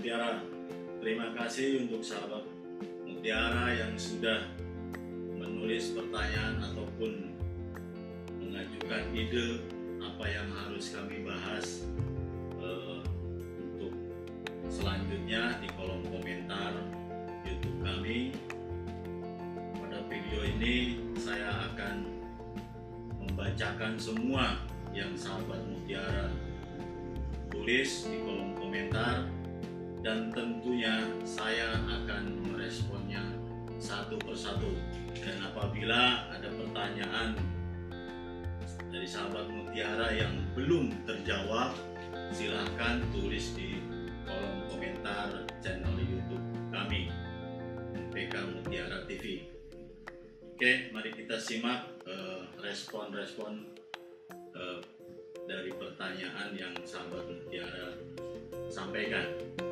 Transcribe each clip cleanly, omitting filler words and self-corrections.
Mutiara. Terima kasih untuk sahabat Mutiara yang sudah menulis pertanyaan ataupun mengajukan ide apa yang harus kami bahas untuk selanjutnya di kolom komentar YouTube kami. Pada video ini saya akan membacakan semua yang sahabat Mutiara tulis di kolom komentar, dan tentunya saya akan meresponnya satu persatu. Dan apabila ada pertanyaan dari sahabat Mutiara yang belum terjawab, silahkan tulis di kolom komentar channel YouTube kami, MPK Mutiara TV. Oke, mari kita simak respon-respon dari pertanyaan yang sahabat Mutiara sampaikan.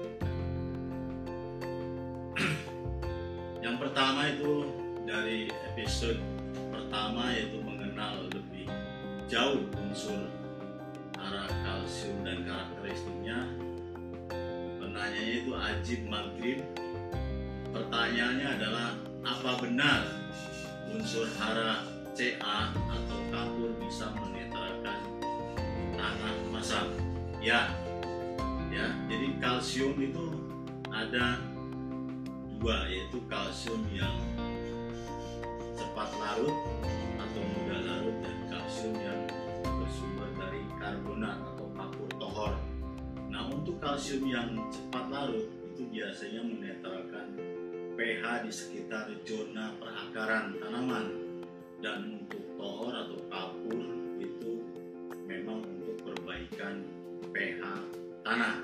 Yang pertama itu dari episode pertama, yaitu mengenal lebih jauh unsur hara, kalsium dan karakteristiknya. Penanyanya itu Ajib Maghrib. Pertanyaannya adalah, apa benar unsur hara Ca atau kapur bisa menetralkan tanah masam? Ya, jadi kalsium itu ada dua, yaitu kalsium yang cepat larut atau mudah larut, dan kalsium yang bersumber dari karbonat atau kapur tohor. Nah, untuk kalsium yang cepat larut itu biasanya menetralkan pH di sekitar zona perakaran tanaman, dan untuk tohor atau kapur itu memang untuk perbaikan pH tanah.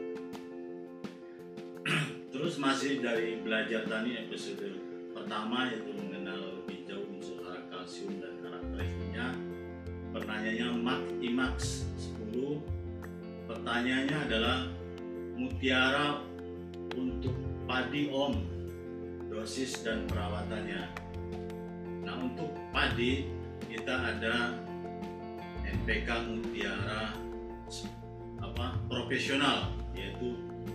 Terus masih dari belajar tani episode pertama, yaitu mengenal lebih jauh unsur hara, kalsium dan karakteristiknya. Pertanyaannya Mak Imax 10. Pertanyaannya adalah, Mutiara untuk padi Om, dosis dan perawatannya. Nah, untuk padi kita ada NPK Mutiara profesional, yaitu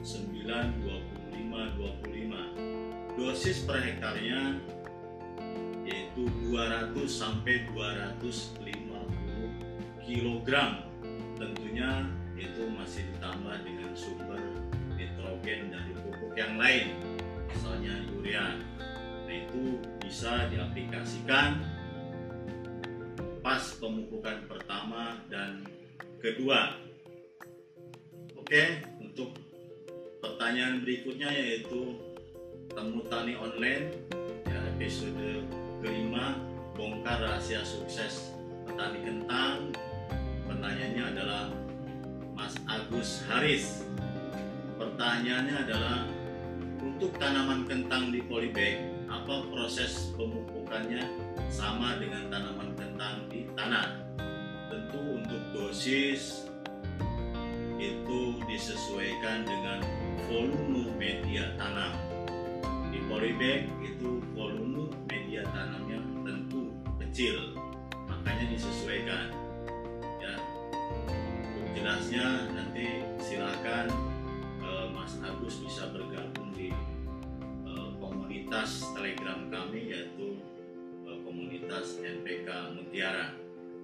9-25-25. Dosis per hektarnya yaitu 200 sampai 250 kg. Tentunya itu masih ditambah dengan sumber nitrogen dari pupuk yang lain, misalnya urea. Nah, itu bisa diaplikasikan pas pemupukan pertama dan kedua. Oke, untuk pertanyaan berikutnya yaitu Temu Tani Online, ya, episode kelima, bongkar rahasia sukses petani kentang. Pertanyaannya adalah Mas Agus Haris. Pertanyaannya adalah, untuk tanaman kentang di polybag, apa proses pemupukannya sama dengan tanaman kentang di tanah? Tentu untuk dosis itu disesuaikan dengan volume media tanam. Di polybag itu volume media tanamnya tentu kecil, makanya disesuaikan. Ya, untuk jelasnya nanti silakan Mas Agus bisa bergabung di komunitas Telegram kami, yaitu komunitas NPK Mutiara.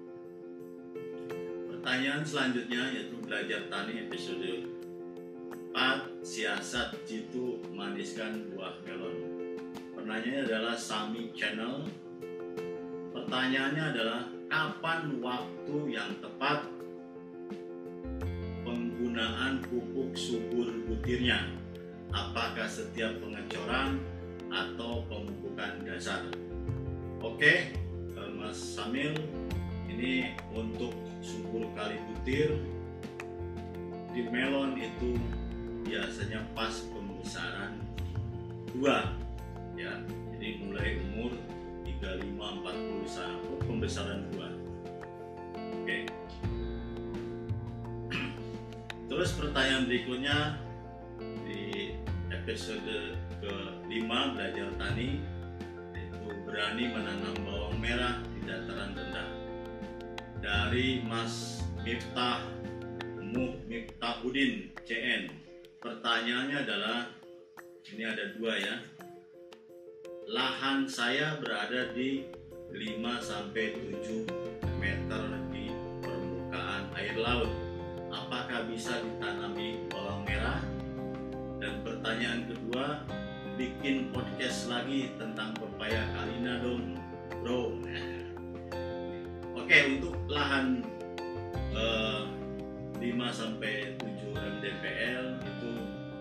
Pertanyaan selanjutnya yaitu belajar tani episode 4, siasat jitu maniskan buah melon. Pertanyaannya adalah Sami Channel. Pertanyaannya adalah, kapan waktu yang tepat penggunaan pupuk subur butirnya? Apakah setiap pengecoran atau pemupukan dasar? Oke, Mas Samil, ini untuk subur kali butir di melon itu biasanya pas pembesaran 2, ya. Jadi mulai umur 35-40 sampai pembesaran 2. Oke. Terus pertanyaan berikutnya di episode ke-5 belajar tani, yaitu berani menanam bawang merah di dataran rendah. Dari Mas Miftahudin CN. pertanyaannya adalah, ini ada dua ya. Lahan saya berada di 5-7 meter di permukaan air laut. Apakah bisa ditanami bawang merah? Dan pertanyaan kedua, bikin podcast lagi tentang pepaya Kalina dong, bro. Oke, untuk lahan 5-7 mdpl itu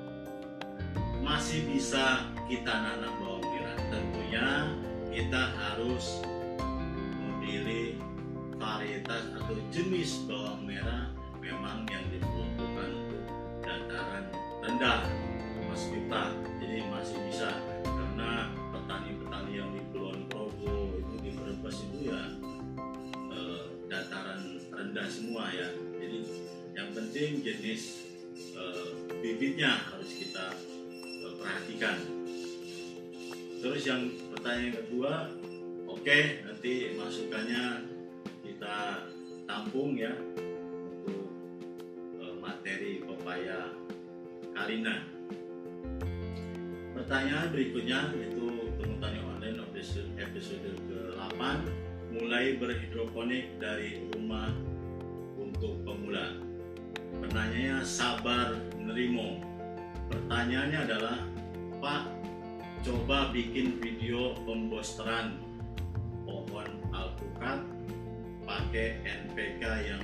masih bisa kita nanam bawang merah. Tentunya kita harus memilih varietas atau jenis bawang merah memang yang diperuntukkan untuk dataran rendah, Mas Miftah. Jadi masih bisa, karena petani-petani yang di Kulon Progo itu, di Brebes itu ya dataran rendah semua ya. Jadi yang penting jenis bibitnya harus kita perhatikan. Terus yang pertanyaan kedua, oke, nanti masukannya kita tampung ya untuk materi pepaya Kalina. Pertanyaan berikutnya itu Temu Tani Online episode ke-8, mulai berhidroponik dari rumah untuk pemula. Penanyanya Sabar Nerimo. Pertanyaannya adalah, Pak, coba bikin video pembosteran pohon alpukat pakai NPK yang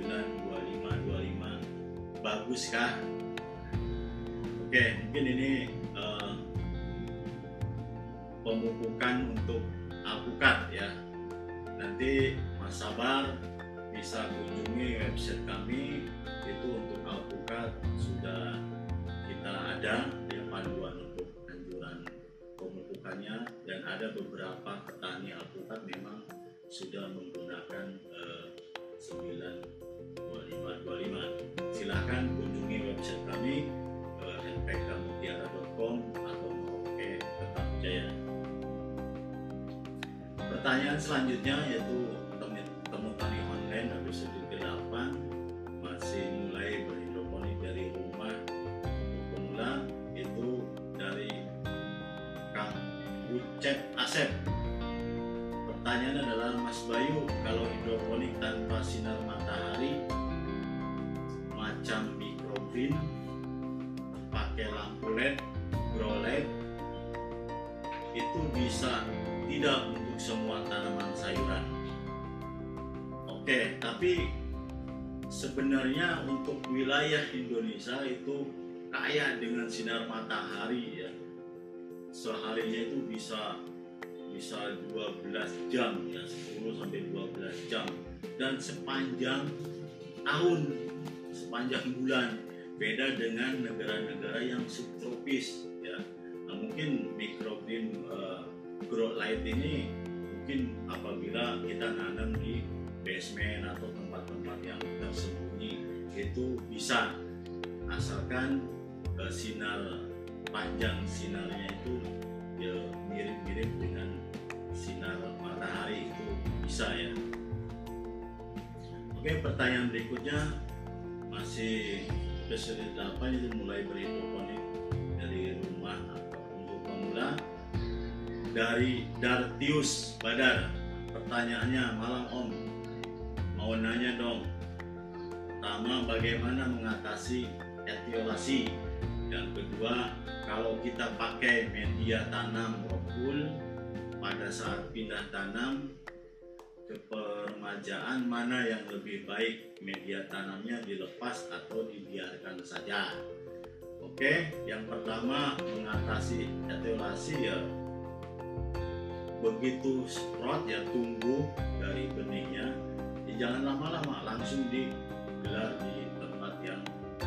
92525, baguskah? Oke, mungkin ini pemupukan untuk alpukat ya. Nanti Mas Sabar bisa kunjungi website kami, itu untuk alpukat sudah kita ada ya panduan untuk anjuran pemupukannya, dan ada beberapa petani alpukat memang sudah menggunakan 92525. Silahkan kunjungi website kami npkmutiara.com atau Merauke Tetap Jaya. Pertanyaan selanjutnya yaitu Temu Tani Online episode ke-8, masih mulai berhidroponik dari rumah untuk pemula, itu dari Kang Ucep Asep. Pertanyaan adalah, Mas Bayu, kalau hidroponik tanpa sinar matahari macam microgreen, pakai lampu LED, grow light, itu bisa tidak untuk semua tanaman sayuran? Oke, tapi sebenarnya untuk wilayah Indonesia itu kaya dengan sinar matahari ya. Seharinya itu bisa 12 jam ya, 10-12 jam, dan sepanjang tahun, sepanjang bulan. Beda dengan negara-negara yang subtropis ya. Nah, mungkin microgreen grow light ini mungkin apabila kita nanam di basement atau tempat-tempat yang tersembunyi itu bisa, asalkan sinar, panjang sinarnya itu ya mirip-mirip dengan sinar matahari, itu bisa ya. Oke, pertanyaan berikutnya masih episode 8, itu mulai berhidroponik dari rumah atau untuk pemula, dari Dartius Badar. Pertanyaannya, malam Om, mau nanya dong, pertama bagaimana mengatasi etiolasi, yang kedua kalau kita pakai media tanam rockwool pada saat pindah tanam ke permajaan, mana yang lebih baik, media tanamnya dilepas atau dibiarkan saja? Oke, yang pertama mengatasi etiolasi ya, begitu sprout ya, tumbuh dari benihnya, ya jangan lama-lama, langsung digelar di tempat yang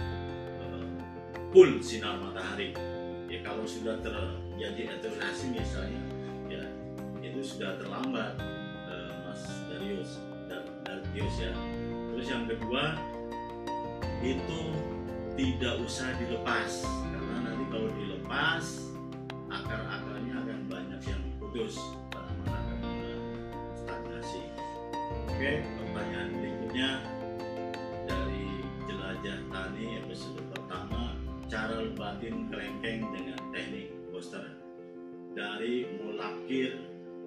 full sinar matahari ya. Kalau sudah terjadi etiolasi misalnya ya, itu sudah terlambat, Mas Darius ya. Terus yang kedua, itu tidak usah dilepas, karena nanti kalau dilepas akar-akarnya akan banyak yang putus, tanaman akan stagnasi. Oke, pertanyaan berikutnya dari Jelajah Tani episode pertama, cara lewatin kelengkeng dengan teknik poster. Dari Mulakir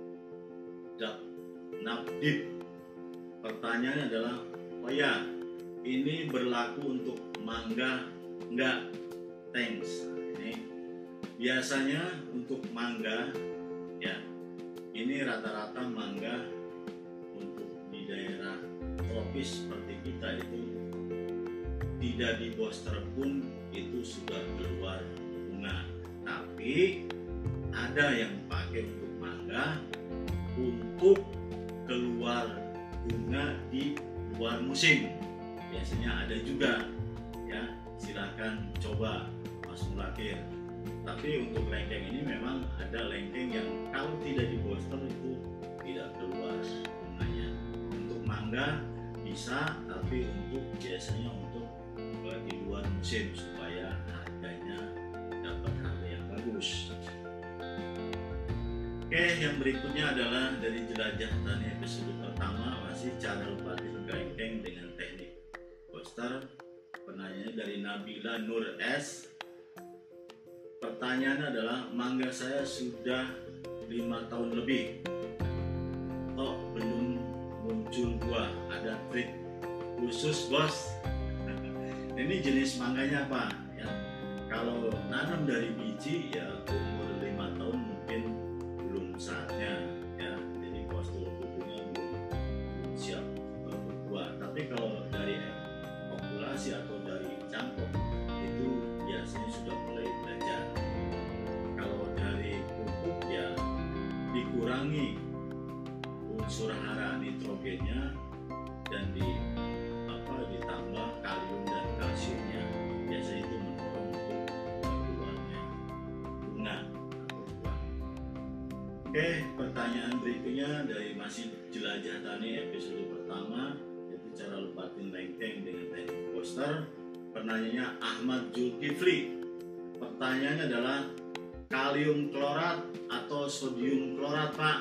Nabdib, pertanyaannya adalah, oh ya, ini berlaku untuk mangga enggak? Thanks. Ini biasanya untuk mangga ya, ini rata-rata mangga untuk di daerah tropis seperti kita itu tidak di poster pun itu sudah keluar bunga. Tapi ada yang pakai untuk mangga untuk keluar bunga di luar musim, biasanya ada juga ya. Silahkan coba Mas Mulakir. Tapi untuk lengkeng ini memang ada lengkeng yang kalau tidak di poster itu tidak keluar bunganya. Untuk mangga bisa, tapi untuk biasanya untuk di luar musim supaya harganya dapat harga yang bagus. Oke, yang berikutnya adalah dari Jelajah Tani episode pertama, masih cara lepatin kelengkeng dengan teknik poster. Penanyanya dari Nabila Nur S. Pertanyaannya adalah, mangga saya sudah 5 tahun lebih, kok belum muncul buah, ada trik khusus bos? Ini jenis mangganya apa ya? Kalau nanam dari biji ya umur 5 tahun mungkin belum saatnya ya, jadi postur tubuhnya belum siap berbuah. Tapi kalau dari populasi atau dari cangkok itu biasanya sudah mulai belajar. Kalau dari pupuk ya dikurangi unsur hara nitrogennya dan ditambah kalium dan kalsiumnya, biasanya itu mendorong untuk keluarnya bunga atau buah. Oke, pertanyaan berikutnya dari masih Jelajah Tani episode pertama, yaitu cara lepatin lengkeng dengan teknik poster. Penanyanya Ahmad Zulkifli. Pertanyaannya adalah, kalium klorat atau sodium klorat Pak?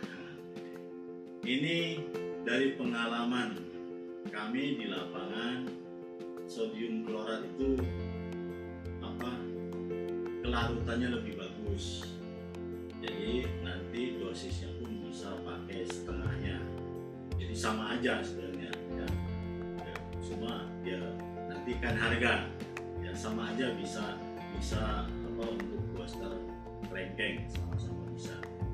Ini dari pengalaman kami di lapangan, sodium klorat itu kelarutannya lebih bagus. Jadi nanti dosisnya pun bisa pakai setengahnya. Jadi sama aja sebenarnya ya. Cuma ya nanti kan harga ya sama aja, bisa untuk poster kelengkeng sama-sama bisa.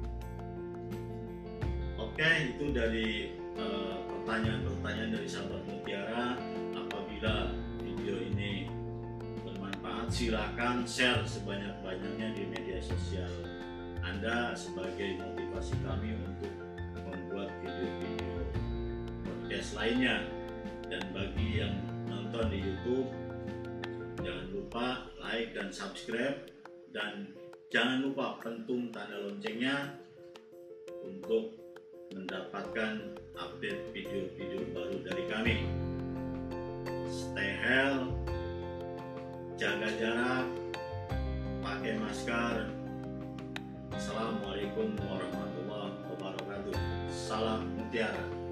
Oke, itu dari pertanyaan-pertanyaan dari sahabat Mutiara. Apabila video ini bermanfaat, silakan share sebanyak-banyaknya di media sosial Anda sebagai motivasi kami untuk membuat video-video podcast lainnya. Dan bagi yang nonton di YouTube, jangan lupa like dan subscribe, dan jangan lupa pentung tanda loncengnya untuk mendapatkan update video-video baru dari kami. Stay healthy, jaga jarak, pakai masker. Assalamualaikum warahmatullahi wabarakatuh. Salam Mutiara.